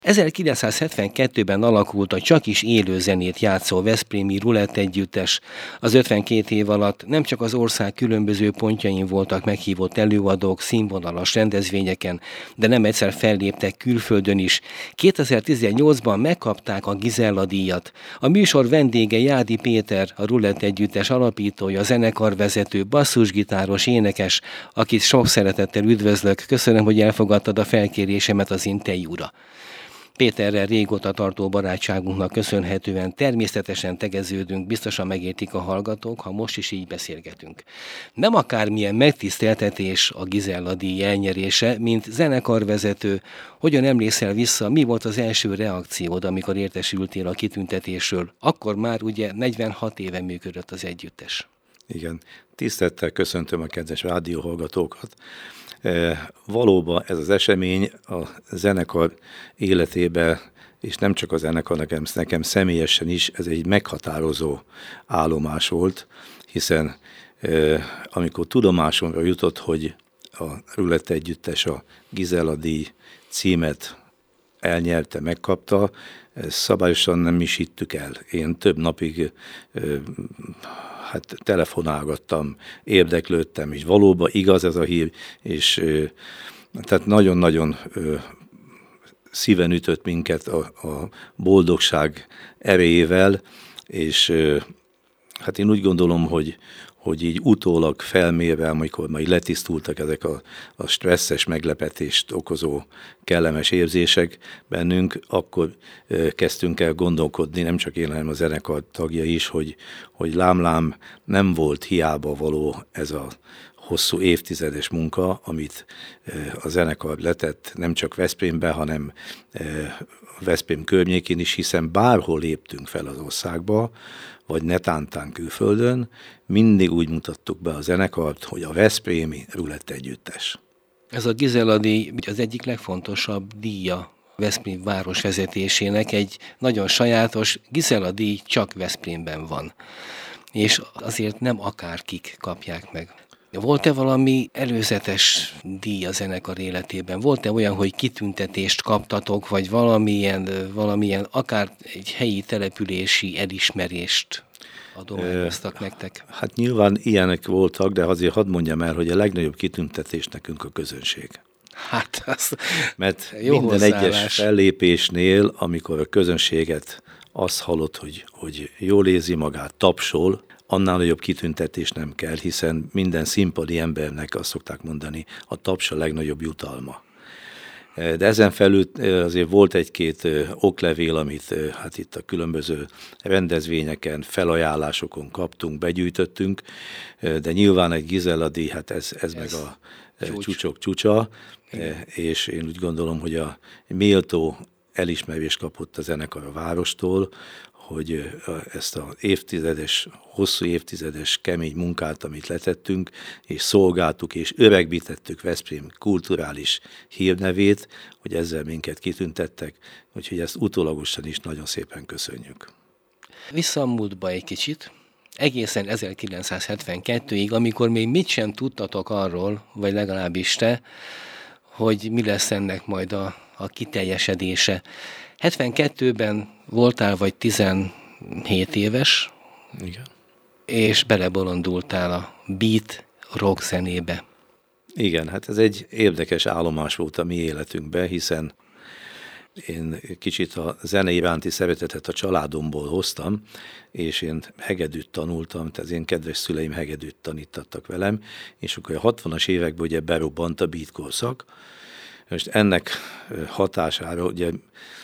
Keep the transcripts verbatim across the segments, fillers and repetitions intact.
ezerkilencszázhetvenkettőben alakult a csakis élő zenét játszó veszprémi Rulett együttes. Az ötvenkét év alatt nem csak az ország különböző pontjain voltak meghívott előadók színvonalas rendezvényeken, de nem egyszer felléptek külföldön is. kétezer-tizennyolcban megkapták a Gizella díjat. A műsor vendége Jádi Péter, a Rulett együttes alapítója, zenekarvezető, basszusgitáros, énekes, akit sok szeretettel üdvözlök. Köszönöm, hogy elfogadtad a felkérésemet az interjúra. Péterrel régóta tartó barátságunknak köszönhetően természetesen tegeződünk, biztosan megértik a hallgatók, ha most is így beszélgetünk. Nem akármilyen megtiszteltetés a Gizella díj elnyerése, mint zenekarvezető. Hogyan emlékszel vissza, mi volt az első reakciód, amikor értesültél a kitüntetésről? Akkor már ugye negyvenhat éve működött az együttes. Igen, tisztelettel köszöntöm a kedves rádióhallgatókat. E, valóban ez az esemény a zenekar életében, és nem csak a zenekar, nekem, nekem személyesen is, ez egy meghatározó állomás volt, hiszen e, amikor tudomásomra jutott, hogy a Rulett együttes a Gizella díj címet elnyerte, megkapta, szabályosan nem is hittük el. Én több napig e, hát telefonálgattam, érdeklődtem, és valóban igaz ez a hír, és ö, tehát nagyon-nagyon ö, szíven ütött minket a, a boldogság erejével, és ö, hát én úgy gondolom, hogy, hogy így utólag felmérve, amikor majd letisztultak ezek a, a stresszes meglepetést okozó kellemes érzések bennünk, akkor ö, kezdtünk el gondolkodni, nem csak én, hanem a zenekar tagja is, hogy, hogy lám-lám nem volt hiába való ez a hosszú évtizedes munka, amit ö, a zenekar letett nem csak Veszprémbe, hanem ö, Veszprém környékén is, hiszen bárhol léptünk fel az országba, vagy netántán külföldön, mindig úgy mutattuk be a zenekart, hogy a veszprémi Rulett együttes. Ez a Gizella díj az egyik legfontosabb díja Veszprém város vezetésének, egy nagyon sajátos Gizella díj csak Veszprémben van. És azért nem akárkik kapják meg. Volt-e valami előzetes díj a zenekar életében? Volt-e olyan, hogy kitüntetést kaptatok, vagy valamilyen, valamilyen akár egy helyi települési elismerést adományoztak nektek? Hát nyilván ilyenek voltak, de azért hadd mondjam el, hogy a legnagyobb kitüntetés nekünk a közönség. Hát, az Mert jó minden hozzáállás. egyes fellépésnél, amikor a közönséget azt hallott, hogy, hogy jól érzi magát, tapsol, annál nagyobb kitüntetés nem kell, hiszen minden színpadi embernek azt szokták mondani, a taps a legnagyobb jutalma. De ezen felül azért volt egy-két oklevél, amit hát itt a különböző rendezvényeken, felajánlásokon kaptunk, begyűjtöttünk, de nyilván egy Gizella díj, hát ez, ez, ez meg a csúcs. csúcsok csúcsa, igen. És én úgy gondolom, hogy a méltó elismerést kapott a zenekar a várostól, hogy ezt az évtizedes, hosszú évtizedes kemény munkát, amit letettünk, és szolgáltuk, és öregbítettük Veszprém kulturális hírnevét, hogy ezzel minket kitüntettek, úgyhogy ezt utólagosan is nagyon szépen köszönjük. Vissza a múltba egy kicsit, egészen ezerkilencszázhetvenkettőig, amikor még mit sem tudtatok arról, vagy legalábbis te, hogy mi lesz ennek majd a, a kiteljesedése. hetvenkettőben voltál vagy tizenhét éves, igen, és belebolondultál a beat rock zenébe. Igen, hát ez egy érdekes állomás volt a mi életünkben, hiszen én kicsit a zene iránti szeretetet a családomból hoztam, és én hegedűt tanultam, tehát az én kedves szüleim hegedűt tanítattak velem, és akkor a hatvanas években ugye berobbant a beat korszak. Most ennek hatására ugye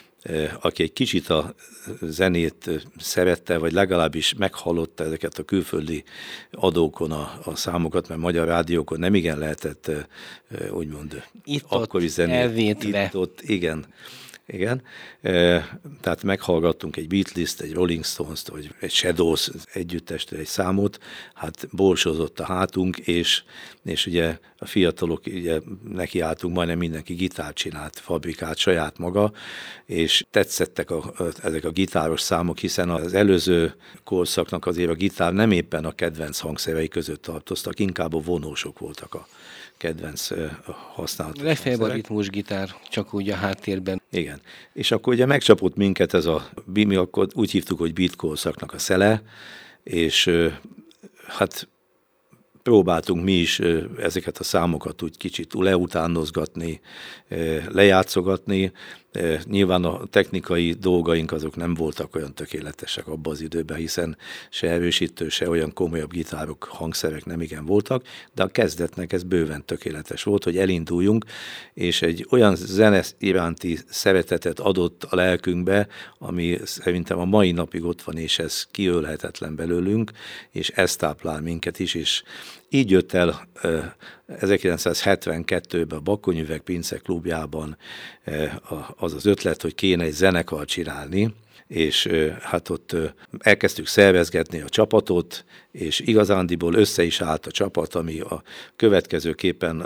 aki egy kicsit a zenét szerette, vagy legalábbis meghallotta ezeket a külföldi adókon a, a számokat, mert magyar rádiókon nem igen lehetett, úgymond, akkori zenét. Elvétve. Itt-ott, igen. Igen, e, tehát meghallgattunk egy Beatles-t, egy Rolling Stones-t, vagy egy Shadows együttestől egy számot, hát borsozott a hátunk, és, és ugye a fiatalok, ugye nekiálltunk, majdnem mindenki gitárt csinált, fabrikált saját maga, és tetszettek a, a, ezek a gitáros számok, hiszen az előző korszaknak azért a gitár nem éppen a kedvenc hangszerei között tartoztak, inkább a vonósok voltak a kedvenc használatos. Legfeljebb a ritmusgitár, csak úgy a háttérben. Igen. És akkor ugye megcsapott minket ez a, mi akkor úgy hívtuk, hogy beat korszaknak a szele, és hát próbáltunk mi is ezeket a számokat úgy kicsit leutánozgatni, lejátszogatni. Nyilván a technikai dolgaink azok nem voltak olyan tökéletesek abban az időben, hiszen se erősítő, se olyan komolyabb gitárok, hangszerek nem igen voltak, de a kezdetnek ez bőven tökéletes volt, hogy elinduljunk, és egy olyan zene iránti szeretetet adott a lelkünkbe, ami szerintem a mai napig ott van, és ez kiölhetetlen belőlünk, és ez táplál minket is, és így jött el ezerkilencszázhetvenkettőben a Bakonyüveg Pince Klubjában az az ötlet, hogy kéne egy zenekart csinálni, és hát ott elkezdtük szervezgetni a csapatot, és igazándiból össze is állt a csapat, ami a következőképpen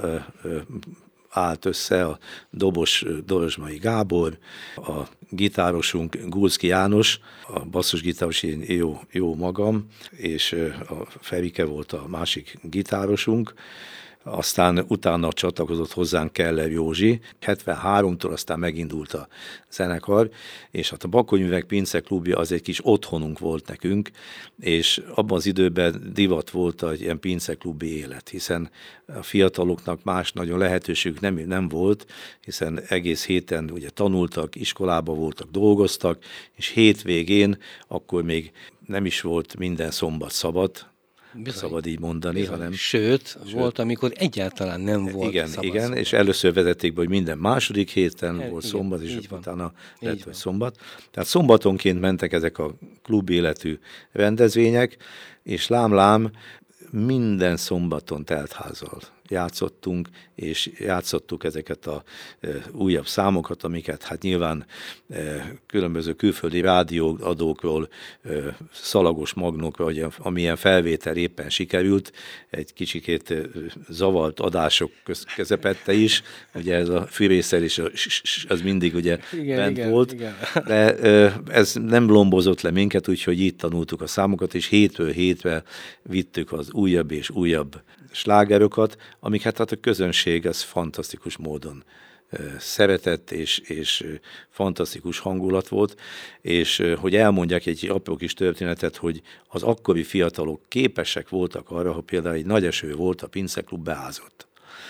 állt össze: a dobos Dorozsmai Gábor, a gitárosunk Gulszki János, a basszusgitáros én jó, jó magam, és a Ferike volt a másik gitárosunk. Aztán utána csatlakozott hozzánk Keller Józsi. hetvenháromtól aztán megindult a zenekar, és hát a Bakonyüveg Pince Klubja az egy kis otthonunk volt nekünk, és abban az időben divat volt egy ilyen pinceklubi élet, hiszen a fiataloknak más nagyon lehetőségük nem, nem volt, hiszen egész héten ugye tanultak, iskolába voltak, dolgoztak, és hétvégén akkor még nem is volt minden szombat szabad, Bizony. Szabad így mondani, Bizony. hanem... Sőt, Sőt, volt, amikor egyáltalán nem volt igen, szabad igen, szombat. És először vezették be, hogy minden második héten El, volt igen, szombat, és utána lett, hogy szombat. Tehát szombatonként mentek ezek a klub életű rendezvények, és lám-lám minden szombaton teltházzal játszottunk, és játszottuk ezeket a e, újabb számokat, amiket hát nyilván e, különböző külföldi rádióadókról, e, szalagos magnókról, vagy amilyen felvétel éppen sikerült, egy kicsikét e, zavart adások köz, közepette is, ugye ez a fűrészel és a az mindig ugye igen, bent igen, volt, igen. de e, ez nem lombozott le minket, úgyhogy itt tanultuk a számokat, és hétről hétre vittük az újabb és újabb slágerokat, amiket hát a közönség ez fantasztikus módon szeretett, és, és fantasztikus hangulat volt, és hogy elmondják egy apró kis történetet, hogy az akkori fiatalok képesek voltak arra, ha például egy nagy eső volt, a Pinceklub beázott.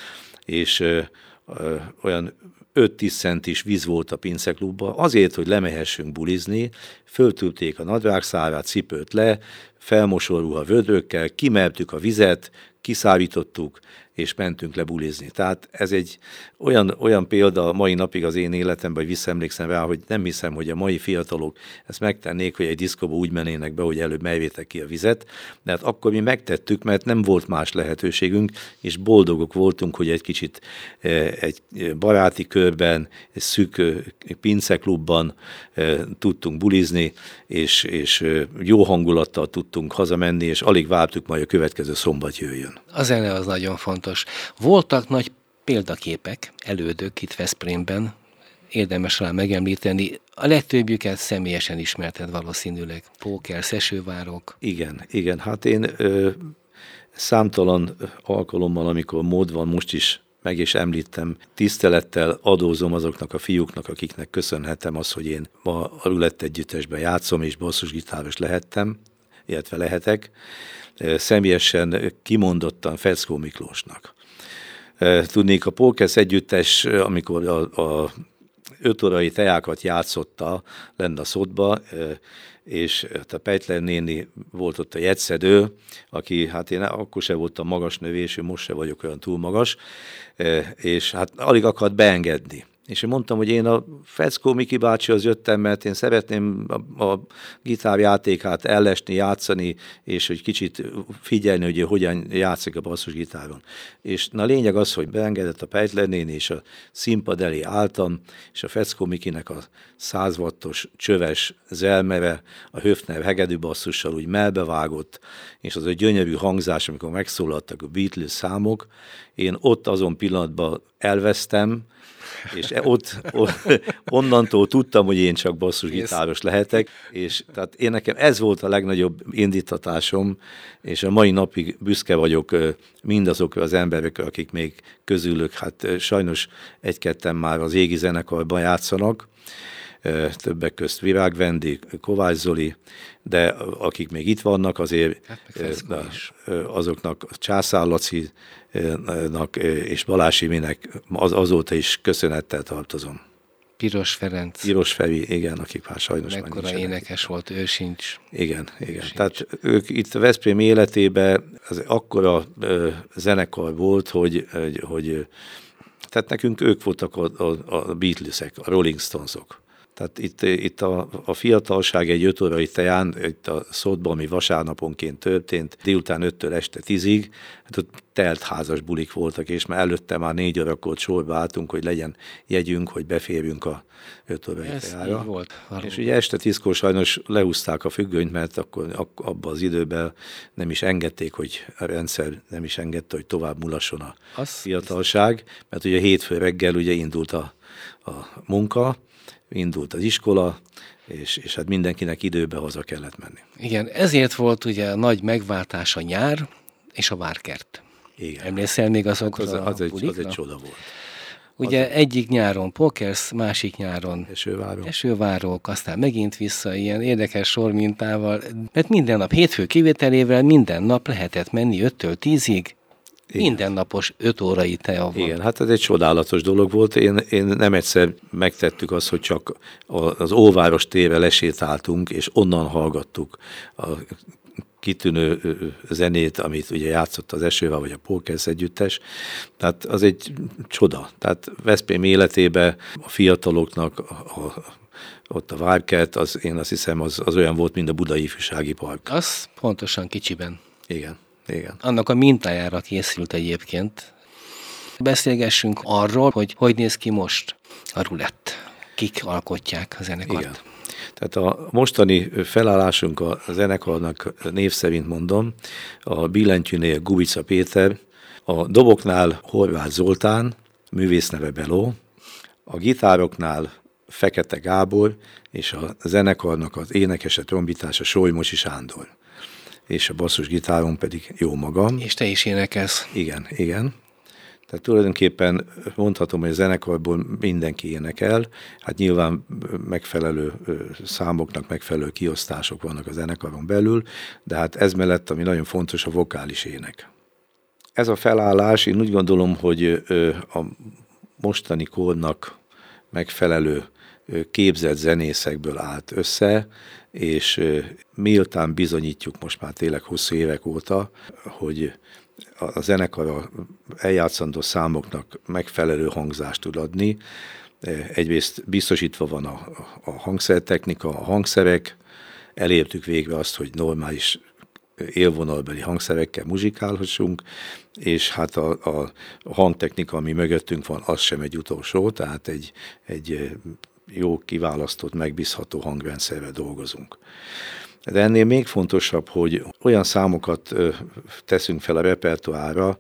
És ö, ö, olyan öt-tíz centis víz volt a Pinceklubban, azért, hogy lemehessünk bulizni, föltülték a nadrágszárát, cipőt le, felmosolva vödrökkel, kimertük a vizet, kiszárítottuk, és mentünk le bulizni. Tehát ez egy olyan, olyan példa mai napig az én életemben, hogy visszaemlékszem rá, hogy nem hiszem, hogy a mai fiatalok ezt megtennék, hogy egy diszkóba úgy mennének be, hogy előbb merjétek ki a vizet, de hát akkor mi megtettük, mert nem volt más lehetőségünk, és boldogok voltunk, hogy egy kicsit egy baráti körben, egy szűk pinceklubban tudtunk bulizni, és, és jó hangulattal tudtunk hazamenni, és alig vártuk, majd a következő szombat jöjjön. A zene az nagyon fontos. Voltak nagy példaképek, elődök itt Veszprémben, érdemes rá megemlíteni. A legtöbbjüket személyesen ismerted valószínűleg. Póker, Szesővárok. Igen, igen. Hát én ö, számtalan alkalommal, amikor mód van, most is meg is említem, tisztelettel adózom azoknak a fiúknak, akiknek köszönhetem azt, hogy én ma a Rulett Együttesben játszom, és basszusgitáros lehettem, illetve lehetek. Személyesen kimondottan Feckó Miklósnak. Tudnék, a Pókesz Együttes, amikor a, a ötorai teákat játszotta lenne a Szodba, és a Pejtler néni volt ott a jegyszedő, aki, hát én akkor se voltam magas növésű, most se vagyok olyan túl magas, és hát alig akart beengedni. És én mondtam, hogy én a Feckó Miki bácsihoz jöttem, mert én szeretném a, a gitárjátékát ellesni, játszani, és hogy kicsit figyelni, hogy hogyan játszik a basszusgitáron. És na, a lényeg az, hogy beengedett a Pejtler néni, és a színpad elé álltam, és a Feckó Mikinek a száz wattos csöves zelmere, a Höfner hegedű basszussal úgy melbevágott, és az a gyönyörű hangzás, amikor megszólaltak a Beatles számok, én ott azon pillanatban elvesztem, és ott, ott onnantól tudtam, hogy én csak basszusgitáros lehetek, és tehát én nekem ez volt a legnagyobb indítatásom, és a mai napig büszke vagyok mindazokra az emberekre, akik még közülük, hát sajnos egy-ketten már az égi zenekarban játszanak, többek közt Virág Vendi, Kovács Zoli, de akik még itt vannak, azért hát azoknak Császár Lacinak és Balázs Iminek az, azóta is köszönettel tartozom. Piros Ferenc. Piros Feri, igen, akik már sajnos már mekkora énekes volt, ő sincs. Igen, igen. Sincs. Tehát ők itt a Veszprém életében az akkora ö, zenekar volt, hogy, hogy, hogy tehát nekünk ők voltak a, a, a Beatlesek, a Rolling Stonesok. Tehát itt, itt a, a fiatalság egy öt órai teján, itt a Szodban, ami vasárnaponként történt, délután öttől este tízig, hát ott telt házas bulik voltak, és már előtte már négy órakor sorba álltunk, hogy legyen jegyünk, hogy beférjünk a öt órai tejára. Volt. És ugye este tízkor sajnos lehúzták a függönyt, mert akkor abban az időben nem is engedték, hogy a rendszer nem is engedte, hogy tovább mulasson a az fiatalság, mert ugye hétfő reggel ugye indult a, a munka, indult az iskola, és, és hát mindenkinek időbe haza kellett menni. Igen, ezért volt ugye a nagy megváltás a nyár és a várkert. Igen. Emlékszel még azokra az, az, az, a egy, bulikra? az egy csoda volt. Ugye az egyik nyáron Pokersz, másik nyáron Esőváró. Esővárók, aztán megint vissza ilyen érdekes sormintával, mert minden nap, hétfő kivételével minden nap lehetett menni öttől tízig, igen. Mindennapos öt órai tea van. Igen, hát ez egy csodálatos dolog volt. Én, én nem egyszer megtettük azt, hogy csak az Óváros térre lesétáltunk, és onnan hallgattuk a kitűnő zenét, amit ugye játszott az Esővel, vagy a Pokersz együttes. Tehát az egy csoda. Tehát Veszprém életében a fiataloknak a, a, ott a várkert, az, én azt hiszem, az, az olyan volt, mint a Budai Ifjúsági Park. Az pontosan kicsiben. Igen. Igen. Annak a mintájára készült egyébként. Beszélgessünk arról, hogy hogy néz ki most a rulett. Kik alkotják a zenekart. Igen. Tehát a mostani felállásunk a zenekarnak név szerint mondom, a billentyűnél Gubica Péter, a doboknál Horváth Zoltán, művészneve Beló, a gitároknál Fekete Gábor, és a zenekarnak az énekese, trombitása Solymosi Sándor. És a basszusgitáron pedig jó magam. És te is énekelsz. Igen, igen. Tehát tulajdonképpen mondhatom, hogy a zenekarból mindenki énekel. Hát nyilván megfelelő számoknak megfelelő kiosztások vannak a zenekaron belül, de hát ez mellett, ami nagyon fontos, a vokális ének. Ez a felállás, én úgy gondolom, hogy a mostani kornak megfelelő képzett zenészekből állt össze, és méltán bizonyítjuk most már tényleg hosszú évek óta, hogy a zenekar a eljátszandó számoknak megfelelő hangzást tud adni. Egyrészt biztosítva van a, a hangszertechnika, a hangszerek, elértük végre azt, hogy normális élvonalbeli hangszerekkel muzsikálhassunk, és hát a, a hangtechnika, ami mögöttünk van, az sem egy utolsó, tehát egy, egy jó kiválasztott, megbízható hangrendszerrel dolgozunk. De ennél még fontosabb, hogy olyan számokat teszünk fel a repertoárra,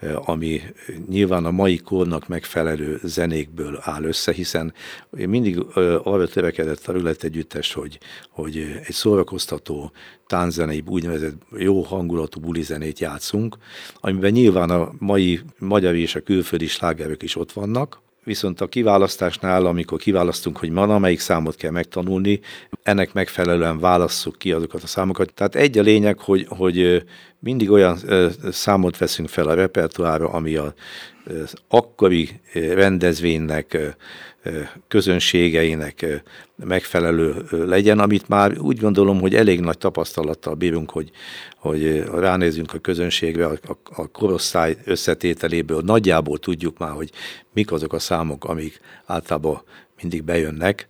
ami nyilván a mai kornak megfelelő zenékből áll össze, hiszen mindig arra törekedett a Rulett együttes, hogy, hogy egy szórakoztató tánczenei, úgynevezett jó hangulatú bulizenét játszunk, amiben nyilván a mai magyar és a külföldi slágerek is ott vannak, viszont a kiválasztásnál, amikor kiválasztunk, hogy ma melyik számot kell megtanulni, ennek megfelelően válasszuk ki azokat a számokat. Tehát egy a lényeg, hogy, hogy mindig olyan számot veszünk fel a repertoárra, ami az akkori rendezvénynek, közönségeinek megfelelő legyen, amit már úgy gondolom, hogy elég nagy tapasztalattal bírunk, hogy, hogy ránézünk a közönségre, a, a korosztály összetételéből, nagyjából tudjuk már, hogy mik azok a számok, amik általában mindig bejönnek,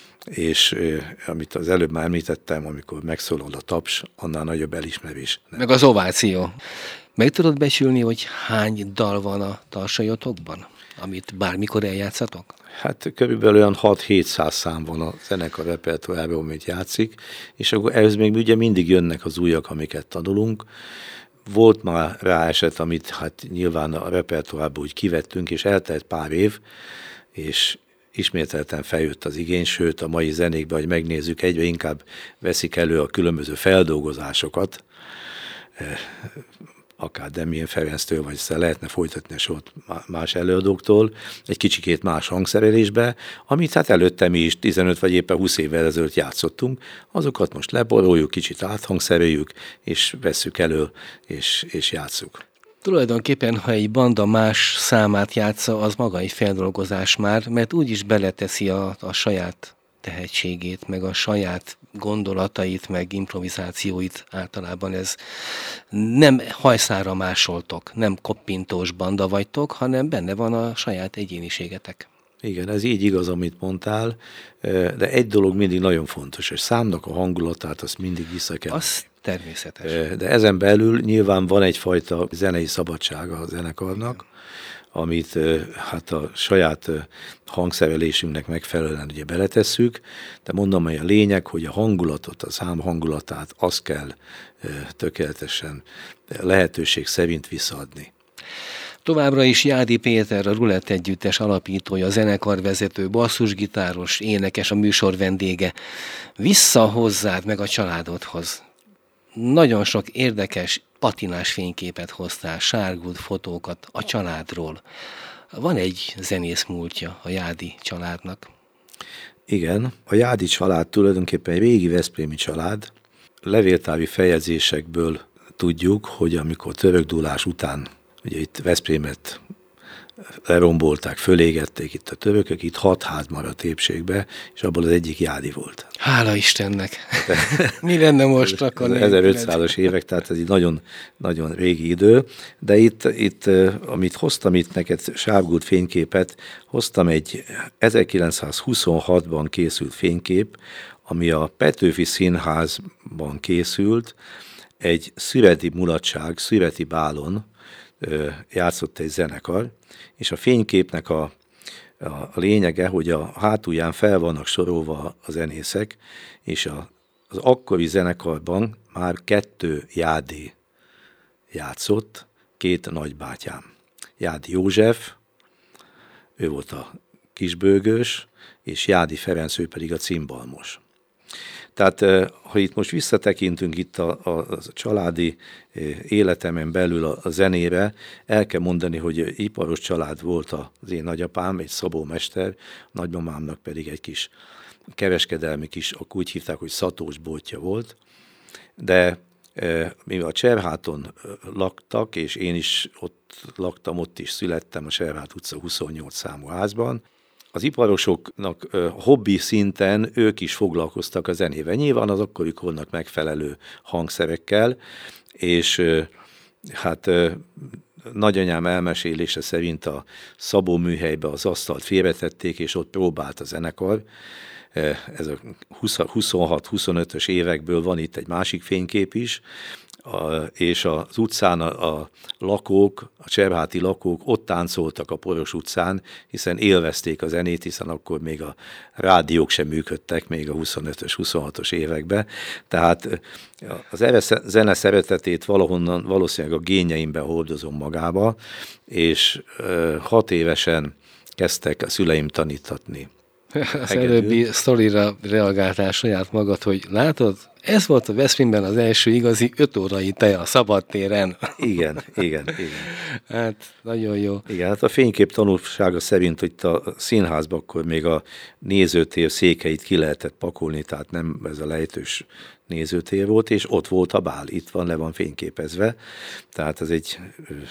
és amit az előbb már említettem, amikor megszólal a taps, annál nagyobb elismerés. Nem. Meg az ováció. Meg tudod becsülni, hogy hány dal van a tarsajotokban, amit bármikor eljátszatok? Hát körülbelül olyan hat-hétszáz szám van a zenekar repertoárban, amit játszik, és akkor ehhez még ugye mindig jönnek az újak, amiket tanulunk. Volt már rá eset, amit hát nyilván a repertoárból úgy kivettünk, és eltelt pár év, és ismételten feljött az igény, sőt a mai zenékben, hogy megnézzük, egyre inkább veszik elő a különböző feldolgozásokat, akár Damien Ferenctől, vagy ezt lehetne folytatni a sort más előadóktól, egy kicsikét más hangszerelésbe, amit hát előtte mi is tizenöt vagy éppen húsz évvel ezelőtt játszottunk, azokat most leboroljuk, kicsit áthangszereljük, és vesszük elő, és, és játsszuk. Tulajdonképpen, ha egy banda más számát játsza, az maga egy feldolgozás már, mert úgyis beleteszi a, a saját tehetségét, meg a saját gondolatait, meg improvizációit. Általában ez nem hajszára másoltok, nem koppintós banda vagytok, hanem benne van a saját egyéniségetek. Igen, ez így igaz, amit mondtál, de egy dolog mindig nagyon fontos, hogy számnak a hangulatát azt mindig vissza kell. Az természetes. De ezen belül nyilván van egyfajta zenei szabadsága a zenekarnak, amit hát a saját hangszerelésünknek megfelelően ugye beletesszük, de mondom, hogy a lényeg, hogy a hangulatot, a szám hangulatát azt kell tökéletesen lehetőség szerint visszaadni. Továbbra is Jádi Péter, a Rulett Együttes alapítója, a zenekarvezető, basszusgitáros, énekes, a műsor vendége. Vissza hozzád meg a családodhoz. Nagyon sok érdekes patinás fényképet hoztál, sárgult fotókat a családról. Van egy zenész múltja a Jádi családnak. Igen, a Jádi család tulajdonképpen egy régi veszprémi család. Levéltári feljegyzésekből tudjuk, hogy amikor törökdúlás után, ugye itt Veszprémet lerombolták, fölégették itt a törökök, itt hat ház maradt épségbe, és abból az egyik Jádi volt. Hála Istennek! Mi lenne most akkor? ezerötszázas évek, tehát ez egy nagyon, nagyon régi idő, de itt, itt, amit hoztam itt neked, sárgult fényképet, hoztam egy ezerkilencszázhuszonhatban készült fénykép, ami a Petőfi Színházban készült, egy szüreti mulatság, szüreti bálon játszott egy zenekar, és a fényképnek a, a, a lényege, hogy a hátulján fel vannak sorolva a zenészek, és a, az akkori zenekarban már kettő Jádi játszott, két nagybátyám. Jádi József, ő volt a kisbőgős, és Jádi Ferenc, ő pedig a cimbalmos. Tehát, ha itt most visszatekintünk itt a, a, a családi életemen belül a, a zenére, el kell mondani, hogy iparos család volt az én nagyapám, egy szabómester, nagymamámnak pedig egy kis kereskedelmi kis, akkor úgy hívták, hogy szatós boltja volt, de mivel a Cserháton laktak, és én is ott laktam, ott is születtem, a Cserhát utca huszonnyolc számú házban, az iparosoknak hobbi szinten ők is foglalkoztak a zenével. Nyilván az akkori kornak megfelelő hangszerekkel, és hát nagyanyám elmesélése szerint a Szabó műhelybe az asztalt félretették, és ott próbált a zenekar. Ez a huszonhat-huszonötös évekből van itt egy másik fénykép is, A, és az utcán a, a lakók, a cserháti lakók ott táncoltak a Poros utcán, hiszen élvezték a zenét, hiszen akkor még a rádiók sem működtek, még a huszonötös, huszonhatos években. Tehát az zene szeretetét valahonnan valószínűleg a génjeimben hordozom magába, és hat évesen kezdtek a szüleim tanítatni. Az előbbi sztorira reagáltál saját magad, hogy látod, ez volt a Veszprémben az első igazi öt órai teja a szabadtéren. Igen, igen, igen. Hát, nagyon jó. Igen, hát a fénykép tanulsága szerint, hogy a színházban akkor még a nézőtér székeit ki lehetett pakolni, tehát nem ez a lejtős nézőtér volt, és ott volt a bál, itt van, le van fényképezve. Tehát ez egy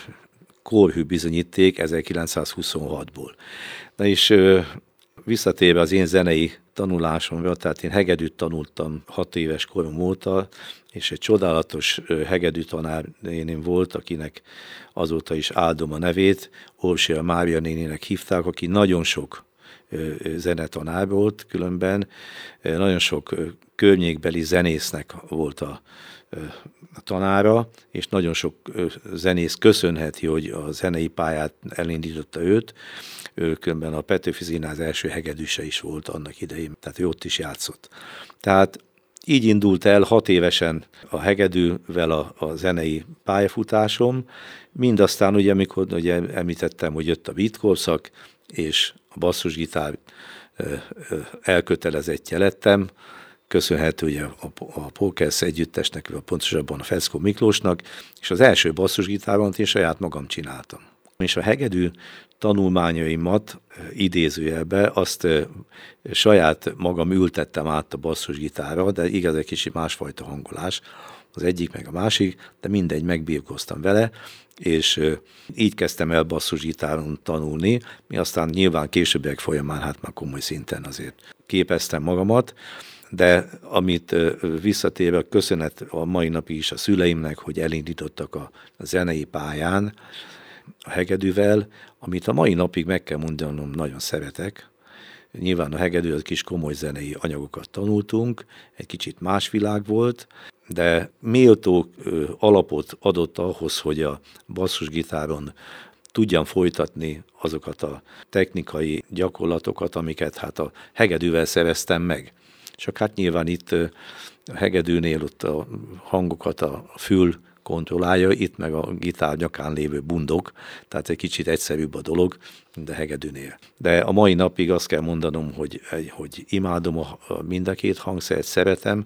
korhű bizonyíték ezerkilencszázhuszonhatból. Na és visszatérve az én zenei tanulásomra, tehát én hegedűt tanultam hat éves korom óta, és egy csodálatos hegedű tanárnéném volt, akinek azóta is áldom a nevét, Orsia Mária nénének hívták, aki nagyon sok zenetanár volt különben, nagyon sok környékbeli zenésznek volt a, a tanára, és nagyon sok zenész köszönheti, hogy a zenei pályát elindította őt. Ő különben a Petőfi Színház első hegedűse is volt annak idején, tehát ő ott is játszott. Tehát Így indult el hat évesen a hegedűvel a, a zenei pályafutásom, mindaztán ugye, amikor ugye említettem, hogy jött a beatkorszak, és a basszusgitár elkötelezettje lettem, köszönhető ugye a, a Polkesz együttesnek, pontosabban a Feszkó Miklósnak, és az első basszusgitáron én saját magam csináltam. És a hegedű tanulmányaimat idézőjelbe azt saját magam ültettem át a basszusgitárra, de igaz, egy kicsit másfajta hangolás, az egyik meg a másik, de mindegy, megbírkoztam vele, és így kezdtem el basszusgitáron tanulni, mi aztán nyilván későbbiek folyamán hát már komoly szinten azért képeztem magamat, de amit visszatérve köszönet a mai napig is a szüleimnek, hogy elindítottak a zenei pályán a hegedűvel, amit a mai napig meg kell mondanom, nagyon szeretek. Nyilván a hegedű, az kis komoly zenei anyagokat tanultunk, egy kicsit más világ volt, de méltó alapot adott ahhoz, hogy a basszusgitáron tudjam folytatni azokat a technikai gyakorlatokat, amiket hát a hegedűvel szereztem meg. Csak hát nyilván itt a hegedűnél ott a hangokat a fül kontrollálja, itt meg a gitár nyakán lévő bundok, tehát egy kicsit egyszerűbb a dolog, mint a hegedűnél. De a mai napig azt kell mondanom, hogy, hogy imádom a, a mind a két hangszert, szeretem,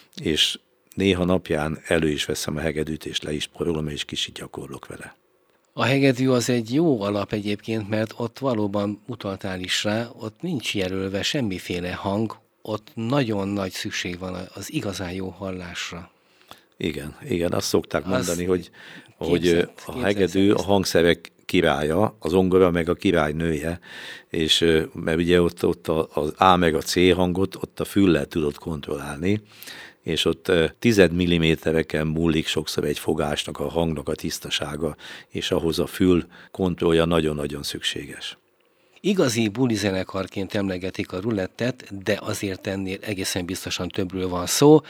és néha napján elő is veszem a hegedűt, és le is porolom, és kicsit gyakorlok vele. A hegedű az egy jó alap egyébként, mert ott valóban utaltál is rá, ott nincs jelölve semmiféle hang, ott nagyon nagy szükség van az igazán jó hallásra. Igen, igen, azt szokták mondani, azt hogy, képzett, hogy a hegedű a hangszerek királya, az zongora meg a királynője, és mert ugye ott, ott az A meg a C hangot ott a füllel tudod kontrollálni, és ott tized millimétereken múlik sokszor egy fogásnak, a hangnak a tisztasága, és ahhoz a fül kontrollja nagyon-nagyon szükséges. Igazi bulizenekarként emlegetik a rulettet, de azért ennél egészen biztosan többről van szó.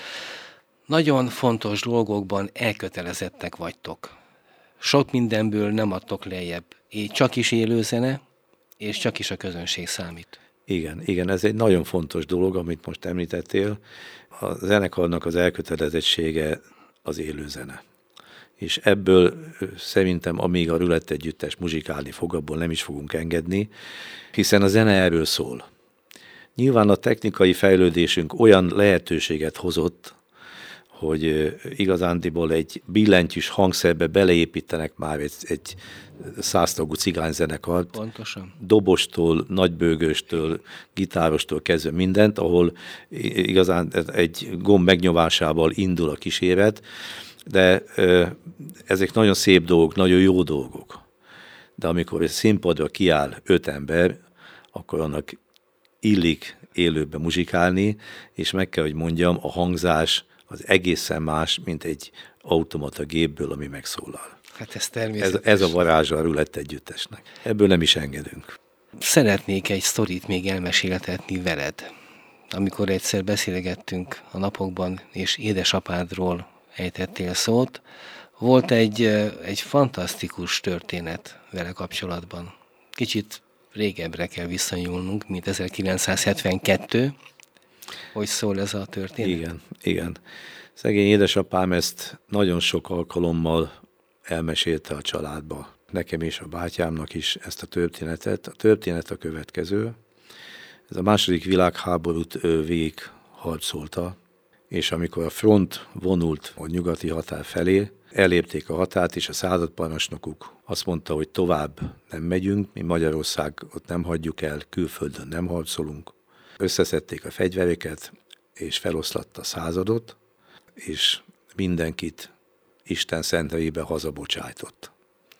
Nagyon fontos dolgokban elkötelezettek vagytok. Sok mindenből nem adtok lejjebb. Így csak is élőzene, és csak is a közönség számít. Igen, igen, ez egy nagyon fontos dolog, amit most említettél. A zenekarnak az elkötelezettsége az élőzene. És ebből szerintem, amíg a Rulett együttes muzsikálni fog, abból nem is fogunk engedni, hiszen a zene erről szól. Nyilván a technikai fejlődésünk olyan lehetőséget hozott, hogy igazándiból egy billentyűs hangszerbe beleépítenek már egy, egy száztagú cigányzenekart. Pontosan. Dobostól, nagybőgőstől, gitárostól kezdve mindent, ahol igazán egy gomb megnyomásával indul a kíséret, de ezek nagyon szép dolgok, nagyon jó dolgok. De amikor egy színpadra kiáll öt ember, akkor annak illik élőbe muzsikálni, és meg kell, hogy mondjam, a hangzás az egészen más, mint egy automata gépből, ami megszólal. Hát ez természetes. Ez, ez a varázsa a Rulett együttesnek. Ebből nem is engedünk. Szeretnék egy sztorit még elmeséltetni veled. Amikor egyszer beszélgettünk a napokban, és édesapádról ejtettél szót, volt egy, egy fantasztikus történet vele kapcsolatban. Kicsit régebbre kell visszanyúlnunk, mint ezerkilencszázhetvenkettő. Hogy szól ez a történet? Igen, igen. Szegény édesapám ezt nagyon sok alkalommal elmesélte a családba. Nekem és a bátyámnak is ezt a történetet. A történet a következő. Ez a második világháborút végig harcolta, és amikor a front vonult a nyugati határ felé, elérték a határt, és a századparancsnokuk azt mondta, hogy tovább nem megyünk, mi Magyarország ott nem hagyjuk el, külföldön nem harcolunk. Összeszedték a fegyvereket, és feloszlatta a századot, és mindenkit Isten szentelébe hazabocsájtott.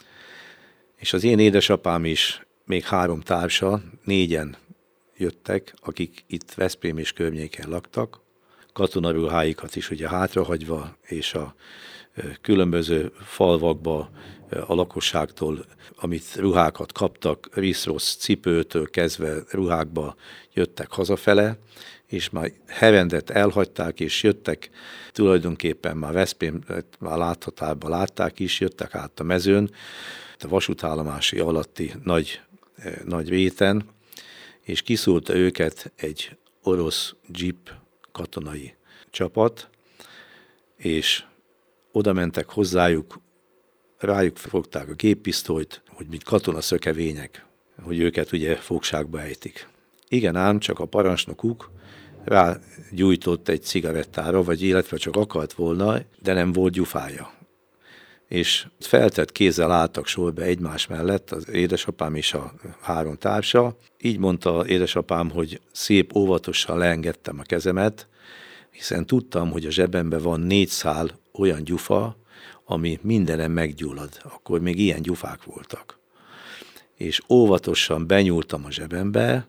És az én édesapám is, még három társa, négyen jöttek, akik itt Veszprém és környéken laktak, katonaruháikat is ugye hátrahagyva, és a különböző falvakba a lakosságtól, amit ruhákat kaptak, riszrossz cipőtől kezdve ruhákba jöttek hazafele, és már Herendet elhagyták, és jöttek, tulajdonképpen már Veszprém, már láthatárban látták is, jöttek át a mezőn, a vasútállomási alatti nagy, nagy réten, és kiszúrta őket egy orosz jeep katonai csapat, és oda mentek hozzájuk, rájuk fogták a géppisztolyt, hogy mint katonaszökevények, hogy őket ugye fogságba ejtik. Igen ám, csak a parancsnokuk rágyújtott egy cigarettára, vagy illetve csak akart volna, de nem volt gyufája. És feltett kézzel álltak sorba egymás mellett, az édesapám és a három társa. Így mondta édesapám, hogy szép óvatosan leengedtem a kezemet, hiszen tudtam, hogy a zsebemben van négy szál olyan gyufa, ami mindenem meggyullad. Akkor még ilyen gyufák voltak. És óvatosan benyúltam a zsebembe,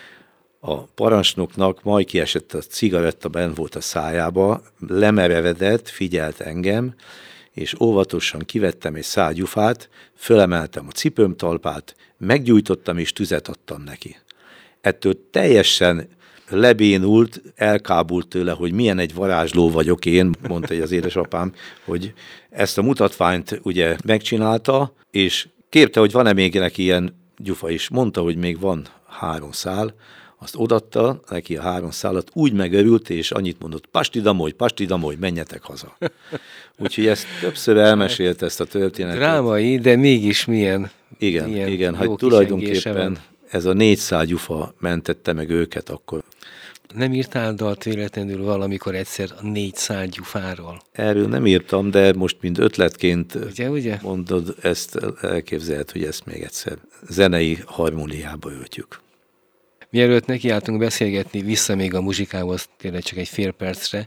a parancsnoknak majd kiesett a cigaretta, benn volt a szájába, lemerevedett, figyelt engem, és óvatosan kivettem egy szál gyufát, fölemeltem a cipőm talpát, meggyújtottam és tüzet adtam neki. Ettől teljesen lebénult, elkábult tőle, hogy milyen egy varázsló vagyok én, mondta az édesapám, hogy ezt a mutatványt ugye megcsinálta, és kérte, hogy van-e még neki ilyen gyufa is. Mondta, hogy még van három szál, azt odatta neki a három szálat, úgy megörült, és annyit mondott, pastidamoly, pastidamoly, menjetek haza. Úgyhogy ezt többször elmesélt ezt a történetet. Drámai, de mégis milyen Igen, milyen igen, hát tulajdonképpen ez a négy szál gyufa mentette meg őket akkor. Nem írtál dalt véletlenül valamikor egyszer a négy szál gyufáról? Erről nem írtam, de most mint ötletként ugye, ugye? mondod, ezt elképzelhet, hogy ezt még egyszer zenei harmóniába öltjük. Mielőtt nekiálltunk beszélgetni, vissza még a muzsikához, tényleg csak egy fél percre,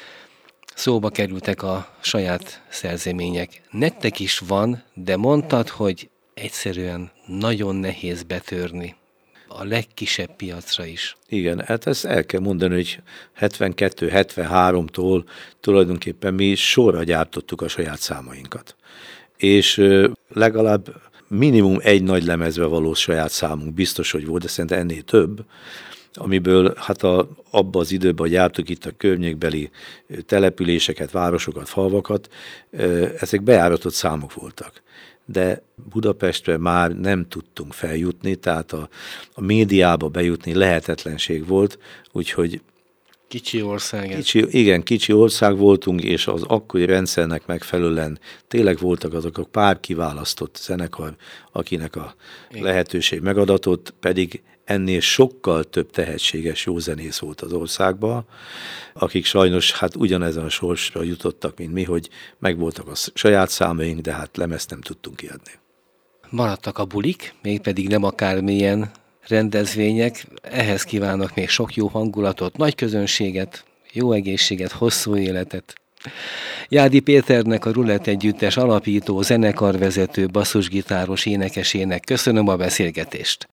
szóba kerültek a saját szerzemények. Nektek is van, de mondtad, hogy egyszerűen nagyon nehéz betörni a legkisebb piacra is. Igen, hát ezt el kell mondani, hogy hetvenkettő hetvenháromtól tulajdonképpen mi sorra gyártottuk a saját számainkat. És legalább minimum egy nagy lemezbe való saját számunk biztos, hogy volt, de szerintem ennél több, amiből hát a, abban az időben gyártuk itt a környékbeli településeket, városokat, falvakat, ezek bejáratott számok voltak. De Budapestre már nem tudtunk feljutni, tehát a, a médiába bejutni lehetetlenség volt, úgyhogy Kicsi ország. Kicsi, igen, kicsi ország voltunk, és az akkori rendszernek megfelelően tényleg voltak azok a pár kiválasztott zenekar, akinek a igen. lehetőség megadatott, pedig ennél sokkal több tehetséges jó zenész volt az országban, akik sajnos hát ugyanezen a sorsra jutottak, mint mi, hogy megvoltak a saját számaink, de hát lemezt nem tudtunk kiadni. Maradtak a bulik, mégpedig nem akármilyen rendezvények, ehhez kívánok még sok jó hangulatot, nagy közönséget, jó egészséget, hosszú életet. Jádi Péternek, a Rulett Együttes alapító, zenekarvezető, basszusgitáros énekesének köszönöm a beszélgetést.